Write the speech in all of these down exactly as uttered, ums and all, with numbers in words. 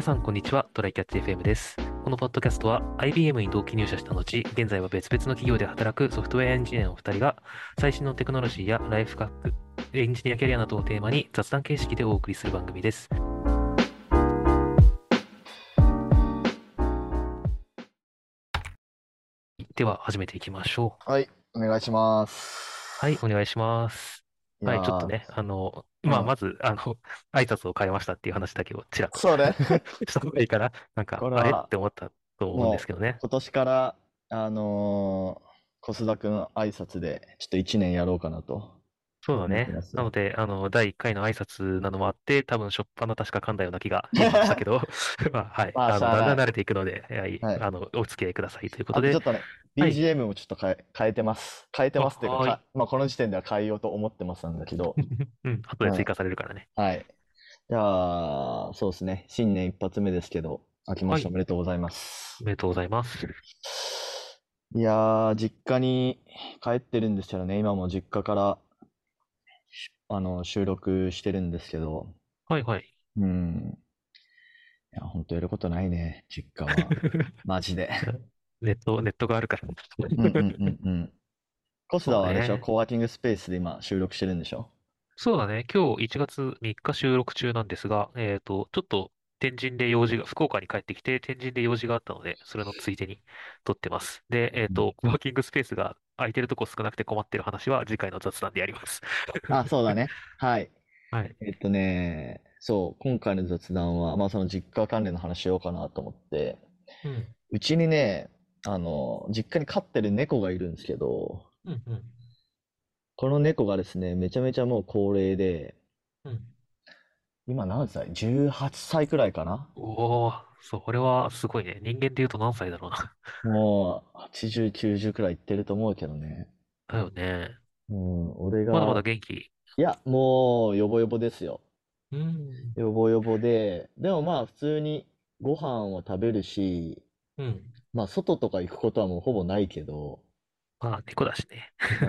皆さん、こんにちは。トライキャッチ エフエム です。このポッドキャストは アイビーエム に同期入社した後、現在は別々の企業で働くソフトウェアエンジニアのふたりが、最新のテクノロジーやライフハック、エンジニアキャリアなどをテーマに雑談形式でお送りする番組です。では、始めていきましょう。 はい、お願いしまはい、 す。 お願いします。 いやはい、ちょっとー、 ね、あの、まあ、 うん。 まず、あの、挨拶を変えましたっていう話だけをちらっとそうね。 した方がいいかな。なんか、あれっこれは、 て思ったと思うんですもけどね。 う、今年から、あのー、小須田くん挨拶で、ちょっと一年やろうかなとそうだね。 思ってます。 なので、あの、だいいっかいの挨拶なのもあって、多分、初っ端の確か噛んだような気が今したけど、まあ、はい。 まあ、 あの、 しゃあない。 だんだん慣れていくので、はい、 はい。 あの、お付き合いくださいということで、 あとちょっとね、 はい。 ビージーエム もちょっと変え、変えてます。変えてあ、 ますっていうか、 はーい。 か、まあ、この時点では変えようと思ってますんだけど、 うん、後うん。 で追加されるからね。 はい。じゃあ、そうですね。新年一発目ですけど、明けましておはい。 めでとうございます。 おめでとうございます。 いやー、実家に帰ってるんですよね。今も実家からあの収録してるんですけど、 はいはい。 うん。いや、ほんとやることないね、実家は。マジで。 ネット、ネットがあるから。 うんうんうんうん。コスダそうはあれでしょ、 ね。 コワーキングスペースで今収録してるんでしょ？ そうだね。今日いちがつみっか収録中なんですが、えっと、ちょっと天神で用事が、福岡に帰ってきて天神で用事があったので、それのついでに撮ってます。で、えっうん。 と、コワーキングスペースが空いてるとこ少なくて困ってる話は次回の雑談でやります。 あ、そうだね。はい。 はい。 えっとね、そう、今回の雑談は、まあその実家関連の話しようかなと思って、 うん。 うちにね、あの、実家に飼ってる猫がいるんですけど、 うん、うん。 この猫がですね、めちゃめちゃもう高齢で、 うん。 今何歳？ じゅうはっ 歳くらいかな。 おー、それはすごいね。人間で言うと何歳だろうな。 もう、はちじゅう、きゅうじゅうくらいいってると思うけどね。 だよね。 うん、俺まだまだが、 元気。 いや、もう、ヨボヨボですよ。 うん。 ヨボヨボで、でもまあ、普通にご飯を食べるし、 うん。 まあ、外とか行くことはもうほぼないけど、 まあ、猫だしね。 うん、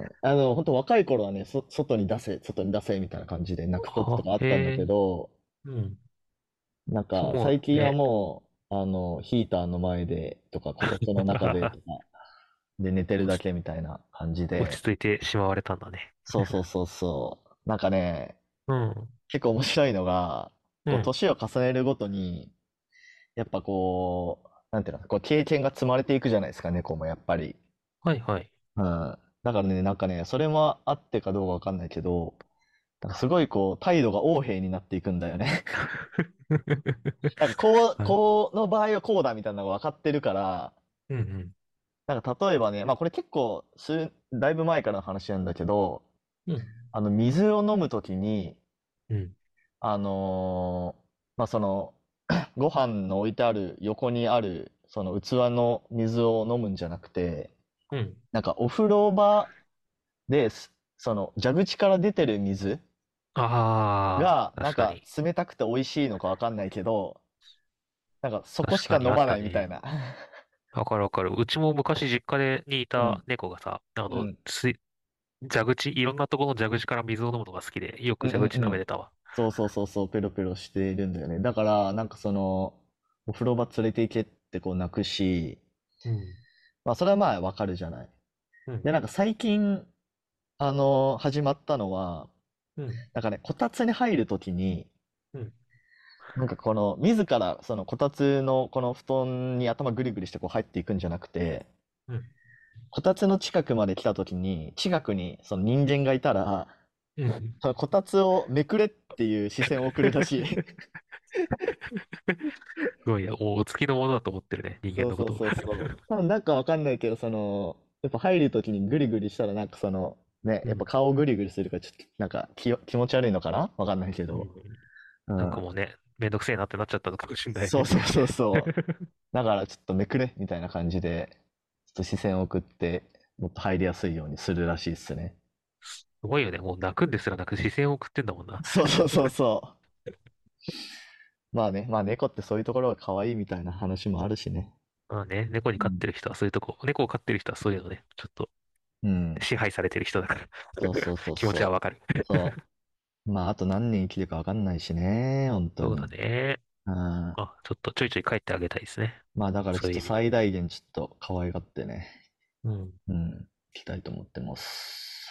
あの、本当若い頃はね、そ、外に出せ、外に出せ、みたいな感じで泣くこととあ、 かあったんだへえ。 けど、 うん。 なんか、 も最近はうね。 もう、あの、ヒーターの前でとか、こたつの中でとか、で寝てるだけみたいな感じで、 落ち着いてしまわれたんだね。 そうそうそうそう。なんかね、 うん。 結構面白いのが、こう、 うん。 年を重ねるごとに、やっぱこう、なんていうの、こう、経験が積まれていくじゃないですか、猫もやっぱり。 はいはい。 うん。だからね、なんかね、それもあってかどうかわかんないけど、なんかすごいこう、態度が横柄になっていくんだよね。なんかこう、 はい。 この場合はこうだみたいなのが分かってるから、 うんうん。 なんか例えばね、まあこれ結構数、だいぶ前からの話なんだけど、 うん。 あの、水を飲むときに、 うん。 あのーまあその、ご飯の置いてある横にあるその器の水を飲むんじゃなくて、 うん。 なんかお風呂場で、すその蛇口から出てる水ああ、 がなんか確かに。 冷たくて美味しいのかわかんないけど、なんかそこし確かにあっか飲まなたね。 いみたいな。 わかるわかる。うちも昔実家でにいたうん。 猫がさ、あの、 うん。 つ蛇口、いろんなところの蛇口から水を飲むのが好きで、ようんく蛇口うんうん。 舐めてたわ。 そうそうそうそう、ペロペロしているんだよね。だから、なんかその、お風呂場連れて行けってこう泣くし、 うん。 まあそれはまあわかるじゃない。 うん。 で、なんか最近、あの、始まったのは、 うん。 なんかね、こたつに入るときに、 うん。 なんかこの、自らそのこたつのこの布団に頭ぐりぐりしてこう入っていくんじゃなくて、 うん。 こたつの近くまで来たときに、近くにその人間がいたら、 うん。 そのこたつをめくれっていう視線を送るらしい。 すごいや、もうお付きのものだと思ってるね、人間そうそうのことを。 そうそう。多分なんかわかんないけど、その、やっぱ入るときにグリグリしたらなんかその、ね、やっぱうん。 顔をグリグリするからちょっとなんか気を気持ち悪いのかなわかんないけど。 うん。 うん。 なんかもうね、めんどくせえなってなっちゃったのかもしれないね。 そうそうそうそう。だからちょっとめくれみたいな感じで、ちょっと視線を送って、もっと入りやすいようにするらしいっすね。 すごいよね。もう泣くんですらなく視線を送ってんだもんな。 そうそうそうそう。まあね、まあ猫ってそういうところが可愛いみたいな話もあるしね。 まあね、猫にうん。 飼ってる人はそういうとこ、猫を飼ってる人はそういうのね、ちょっとうん。 支配されてる人だからそうそうそう気持ちはそわかる。 う。そう。まああと何年生きるかわかんないしね、本当そうだに。 ね。 うん。 あ、ちょっとちょいちょい帰ってあげたいですね。 まあだからちょっとそういう意味で。 最大限ちょっと可愛がってね、 うん。 うん、行きたいと思ってます。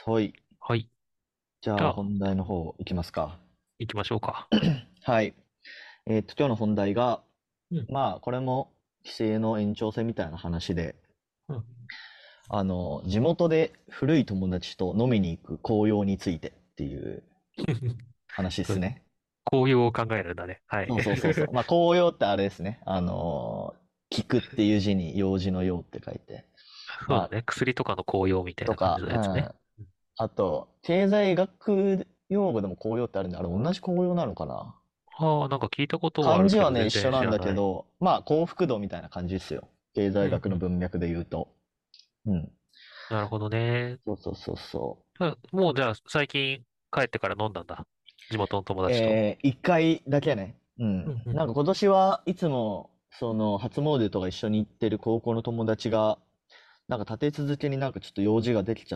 はい。 はい。 じゃじゃあ、 あ本題の方行きますか。 行きましょうか。 はい。えーっと、今日の本題が、 うん。 まあこれも規制の延長線みたいな話で、 うん。 あの、地元で古い友達と飲みに行く紅葉についてっていう話でそう、 すね。 紅葉を考えるんだね。はい。 そうそうそうそう。まあ紅葉ってあれですね。あの聞くっていう字に用事の用って書いて。まあ、 そうだね。薬とかの紅葉みたいな感じとか、うん。 のやつね。 あと、経済学用語でも紅葉ってあるんで、あれ同じ紅葉なのかな。 ああ、なんか聞いたことはあるけど、 漢字はね、 全然一緒なんだけ知らない。 ど、まあ幸福度みたいな感じですよ。経済うんうん。 学の文脈で言うと。うん。 なるほどね。 そうそうそうそあもうじゃあ、最近帰ってから飲んだんだ。地元の友う。 達と。 えー、一回だけね。うん。 うんうん。 なんか今年はいつも、その、初詣とか一緒に行ってる高校の友達が、なんか立て続けになんかちょっと用事ができちゃって、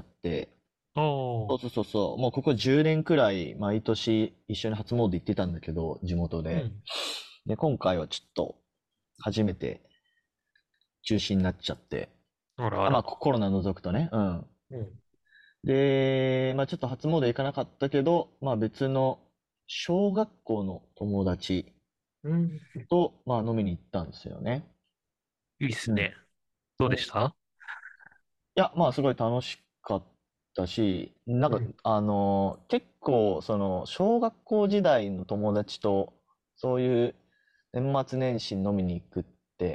おー。 そうそうそうそう、もうここじゅうねんくらい毎年一緒に初詣行ってたんだけど、地元で。 うん。 で、今回はちょっと初めて中止になっちゃって。あ、まああらあら。 ココロナ除くとね。うん。 うん。 で、まあちょっと初詣行かなかったけど、まあ別の小学校の友達うん。 と、まあ飲みに行ったんですよね。 いいっすうん。 ね。どうでした？ いや、まあすごい楽しかったし、なんか、 うん。 あのー結構、その、小学校時代の友達と、そういう年末年始に飲みに行くって、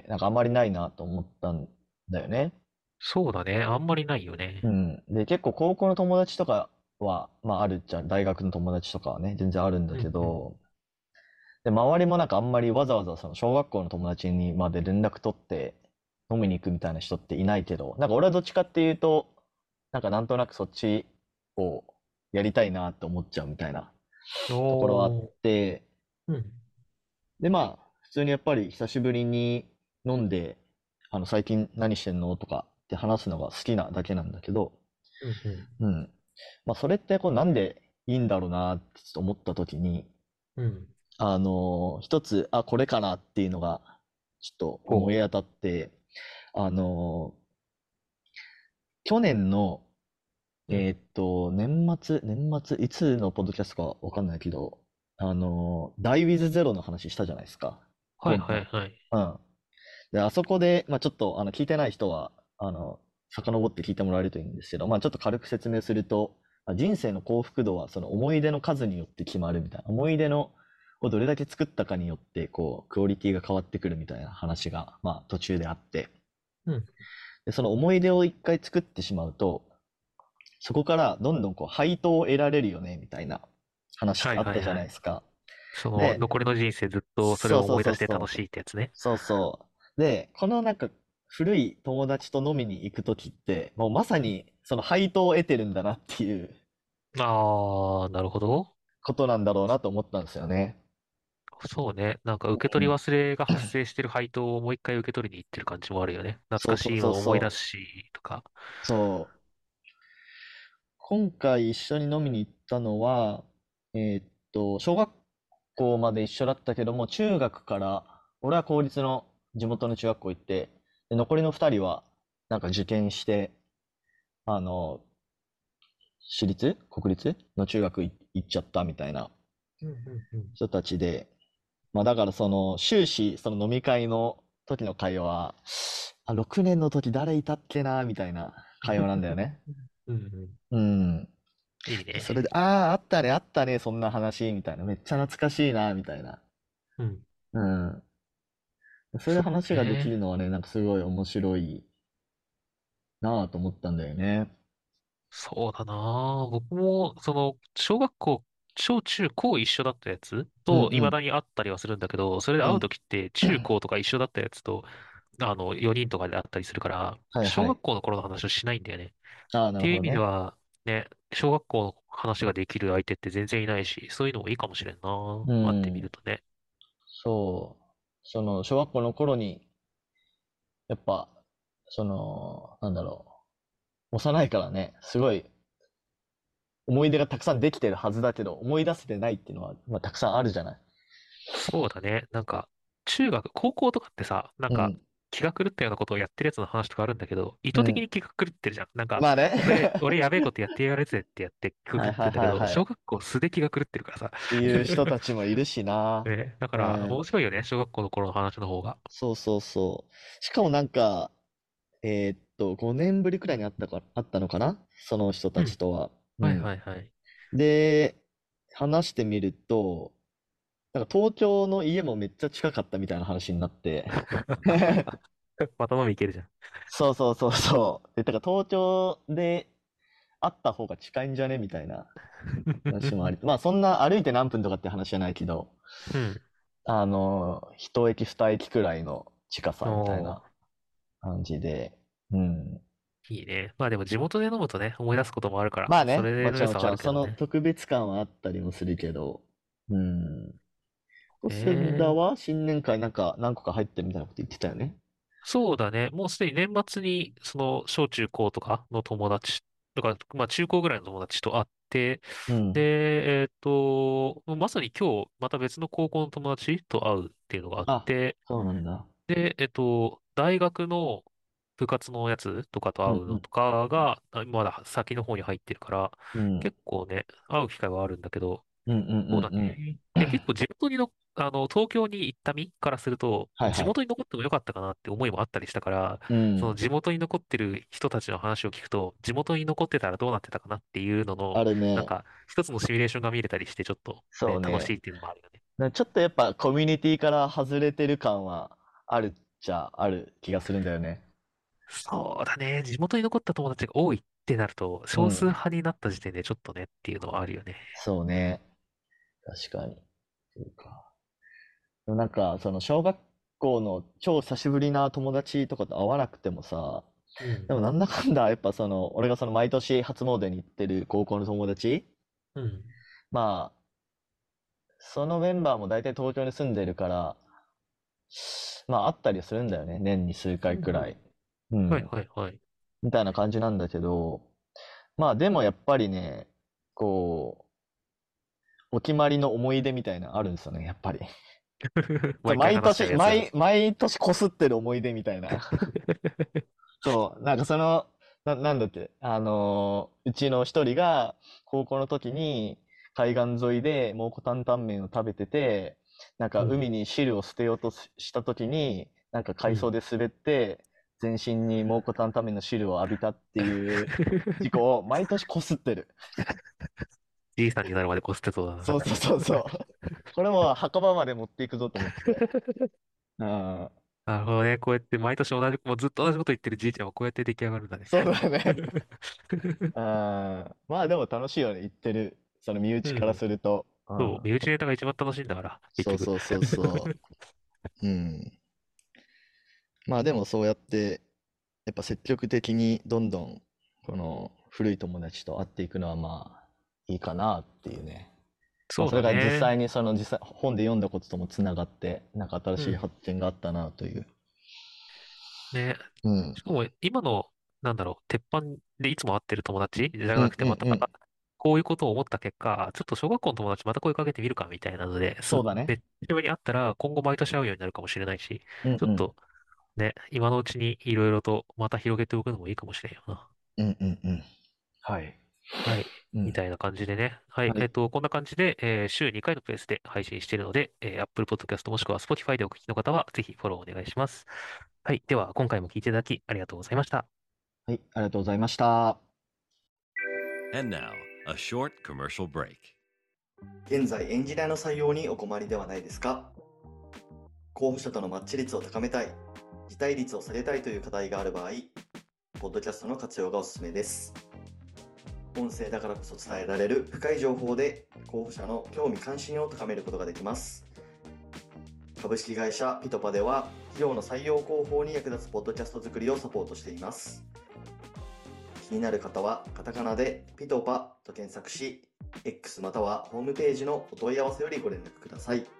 なんかあんまりないなと思ったんだよね。 そうだね。あんまりないよね。 うん。で、結構高校の友達とかは、まああるっちゃ、大学の友達とかはね、全然あるんだけうんうん。 ど、で、周りもなんかあんまりわざわざその小学校の友達にまで連絡取って飲みに行くみたいな人っていないけど、なんか俺はどっちかっていうと、なんかなんとなくそっちをやりたいなって思っちゃうみたいなところはあっおー。 て、 うん。 でまあ、普通にやっぱり久しぶりに飲んで、あの最近何してんのとかって話すのが好きなだけなんだけど、 うんうん。 うん。まあそれってこうなんでいいんだろうなってちょっと思った時に、 うん。 あのー一つ、あ、これかなっていうのが、ちょっとほう。 思い当たって、あのー去年の、 うん。 えーっと、年末、年末、いつのポッドキャストかわかんないけど、あのー、ダイウィズゼロの話したじゃないですか。 はいゴンの。 はいはい。 うん。で、あそこで、まあちょっと、あの、聞いてない人は、あの、遡って聞いてもらえるといいんですけど、まあちょっと軽く説明すると、まあ人生の幸福度はその思い出の数によって決まるみたいな、思い出のをどれだけ作ったかによって、こう、クオリティが変わってくるみたいな話が、まあ途中であって、 うん。 で、その思い出を一回作ってしまうと、そこからどんどんこう配当を得られるよね、みたいな話っはいてあったじゃはいはい。 ないですか。 その、 で、 残りの人生ずっとそれそうそうを思い出そうそう。 して楽しいってやつね。 そうそう。で、このなんか古い友達と飲みに行くときって、もうまさにその配当を得てるんだなっていうああ、なるほど。 ことなんだろうなと思ったんですよね。 そうね。なんか受け取りうん。 忘れが発生してる配当をもう一回受け取りに行ってる感じもあるよね。懐かしいそうそうそうのを思い出すそし、とか。 う。そう。今回一緒に飲みに行ったのは、えーっと、小学校まで一緒だったけども、中学から、俺は公立の地元の中学校行って、で残りの二人は、なんか受験して、あの、私立国立の中学い行っちゃったみたいなうんうんうん。 人たちで、まあだからその終始その飲み会の時の会話は、あ、ろくねんの時誰いたっけなみたいな会話なんだよね。 うんうん。 うん。 いいね。 でそれで、ああ、あったね、あったね、そんな話、みたいな。めっちゃ懐かしいな、みたいな。 うん。 うん。それでそう話ができるね。 のはね、なんかすごい面白いなぁと思ったんだよね。 そうだな。僕も、その、小学校、小中高一緒だったやつと、未うんうん。 だに会ったりはするんだけど、それで会ううん。 ときって、中高とか一緒だったやつと、あの、よにんとかで会ったりするから、小はいはい。 学校の頃の話をしないんだよね。っああ、なていう意味でるほどね。 は、ね、小学校の話ができる相手って全然いないし、そういうのもいいかもしれんな。 う会ってみん。 るとね。 そう。その、小学校の頃に、やっぱ、その、なんだろう。幼いからね、すごい思い出がたくさんできてるはずだけど、思い出せてないっていうのは、まあ、たくさんあるじゃない。 そうだね。なんか、中学、高校とかってさ、なんか、 うん。 気が狂ったようなことをやってるやつの話とかあるんだけど、意図的うん。 に気が狂ってるじゃん。なんか、 まあね。 俺、俺やべえことやってやるぜってやって気が狂っはいはいてんだけど、 はいはい。っ小学校素で気が狂ってるからさ。 ていう人たちもいるしな。 ね、だから、 うん。 面白いよね、小学校の頃の話の方が。 そうそうそう。しかもなんか、えーっと、ごねんぶりくらいに会ったか、会ったのかなその人うん。 たちとは。うはいん。 はいはい。 で、話してみると、なんか東京の家もめっちゃ近かったみたいな話になって。 また飲み行けるじゃん。 そうそうそうそう。で、だから東京で会った方が近いんじゃねみたいな話もあり。まあそんな歩いて何分とかって話じゃないけど、 うん。 あの、一駅二駅くらいの近さみたいなおー、 感じで。うん。 いいね。まあでも地元で飲むとね、思い出すこともあるから、 まあね、 それもちろんもちろん、 の良さはあるけそのどね。 特別感はあったりもするけど、うん。コスダええ、 は新年会なんか何個か入ってるみたいなこと言ってたよね。 そうだね。もうすでに年末に、その、小中高とかの友達とか、まあ中高ぐらいの友達と会って、 うん。 で、えっと、まさに今日、また別の高校の友達と会うっていうのがあっあ、 て、 そうなんだ。 で、えっと、大学の部活のやつとかと会うのうんうん。 とかが、あまだ先の方に入ってるから、 うん。 結構ね、会う機会はあるんだけど、 うんうんそうだうんうん。 ね。で、結構地元にの、あの、東京に行った身からすると、 はいはい。 地元に残ってもよかったかなって思いもあったりしたから、そのうん。 地元に残ってる人たちの話を聞くと、地元に残ってたらどうなってたかなっていうのの、 あるね。 なんか、一つのシミュレーションが見れたりして、ちょっとね、 そうね。 楽しいっていうのもあるよね。 なちょっとやっぱコミュニティから外れてる感はあるっちゃある気がするんだよね。 そうだね。地元に残った友達が多いってなると、少数うん。 派になった時点でちょっとねっていうのはあるよね。 そうね。確かに。そうか。でもなんか、その小学校の超久しぶりな友達とかと会わなくてもさ、 うん。 でもなんだかんだ、やっぱその、俺がその毎年初詣に行ってる高校の友達、 うん。 まあ、そのメンバーも大体東京に住んでるから、まあ、会ったりするんだよね。年に数うんうん。 回くらい。うはいん。 はいはい。 みたいな感じなんだけど、まあ、でもやっぱりね、こう、お決まりの思い出みたいなのあるんですよね、やっぱり。そう毎回話しちゃう毎年、 やつだ。 毎、毎年こすってる思い出みたいな。そう、なんかその、な、なんだって、あのーうちの一人が高校の時に海岸沿いで蒙古タンタンメンを食べてて、なんかうん。 海に汁を捨てようとしした時に、なんか海藻うん。 で滑って、全身に蒙古タンタンメンの汁を浴びたっていう事故を毎年こすってる。 じいさんになるまでこすってそうだな。 そうそうそうそう。これも墓場まで持っていくぞと思って。うん。 なるほどね。こうやって毎年同じ、もうずっと同じこと言ってるじいちゃんはこうやって出来上がるんだね。 そうだね。うん。まあでも楽しいよね、言ってる。その身内からうん。 すると。うそう、 ん。 身内ネタが一番楽しいんだから、結局。 そうそうそうそう。うん。まあでもそうやって、やっぱ積極的にどんどん、この古い友達と会っていくのはまあいいかなっていうね。まあそうだそれが実ね。 際にその実際本で読んだことともつながって、なんか新しいうん。 発展があったなという。 ね。 うん。 しかも、今の、なんだろう、鉄板でいつも会ってる友達じゃうんなくて、また、 うんうん。 こういうことを思った結果、ちょっと小学校の友達また声かけてみるかみたいなので、す、 そうだね。 で、久しぶりに会ったら、今後毎年会うようになるかもしれないし、 うんうん。 ちょっとね、今のうちにいろいろとまた広げておくのもいいかもしれんよな。 うんうんうん。はい。 はい。 うん。 みたいな感じでね。はい。 はい。 えっと、こんな感じで、えー週にかいのペースで配信しているので、えー Apple Podcast もしくは Spotify でお聞きの方は、ぜひフォローお願いします。はい。では、今回も聞いていただきありがとうございました。 はい、ありがとうございました。 And now, a short commercial break. 現在エンジニアの採用にお困りではないですか？候補者とのマッチ率を高めたい、辞退率を下げたいという課題がある場合、ポッドキャストの活用がおすすめです。音声だからこそ伝えられる深い情報で候補者の興味関心を高めることができます。株式会社ピトパでは企業の採用広報に役立つポッドキャスト作りをサポートしています。気になる方はカタカナでピトパと検索し、X またはホームページのお問い合わせよりご連絡ください。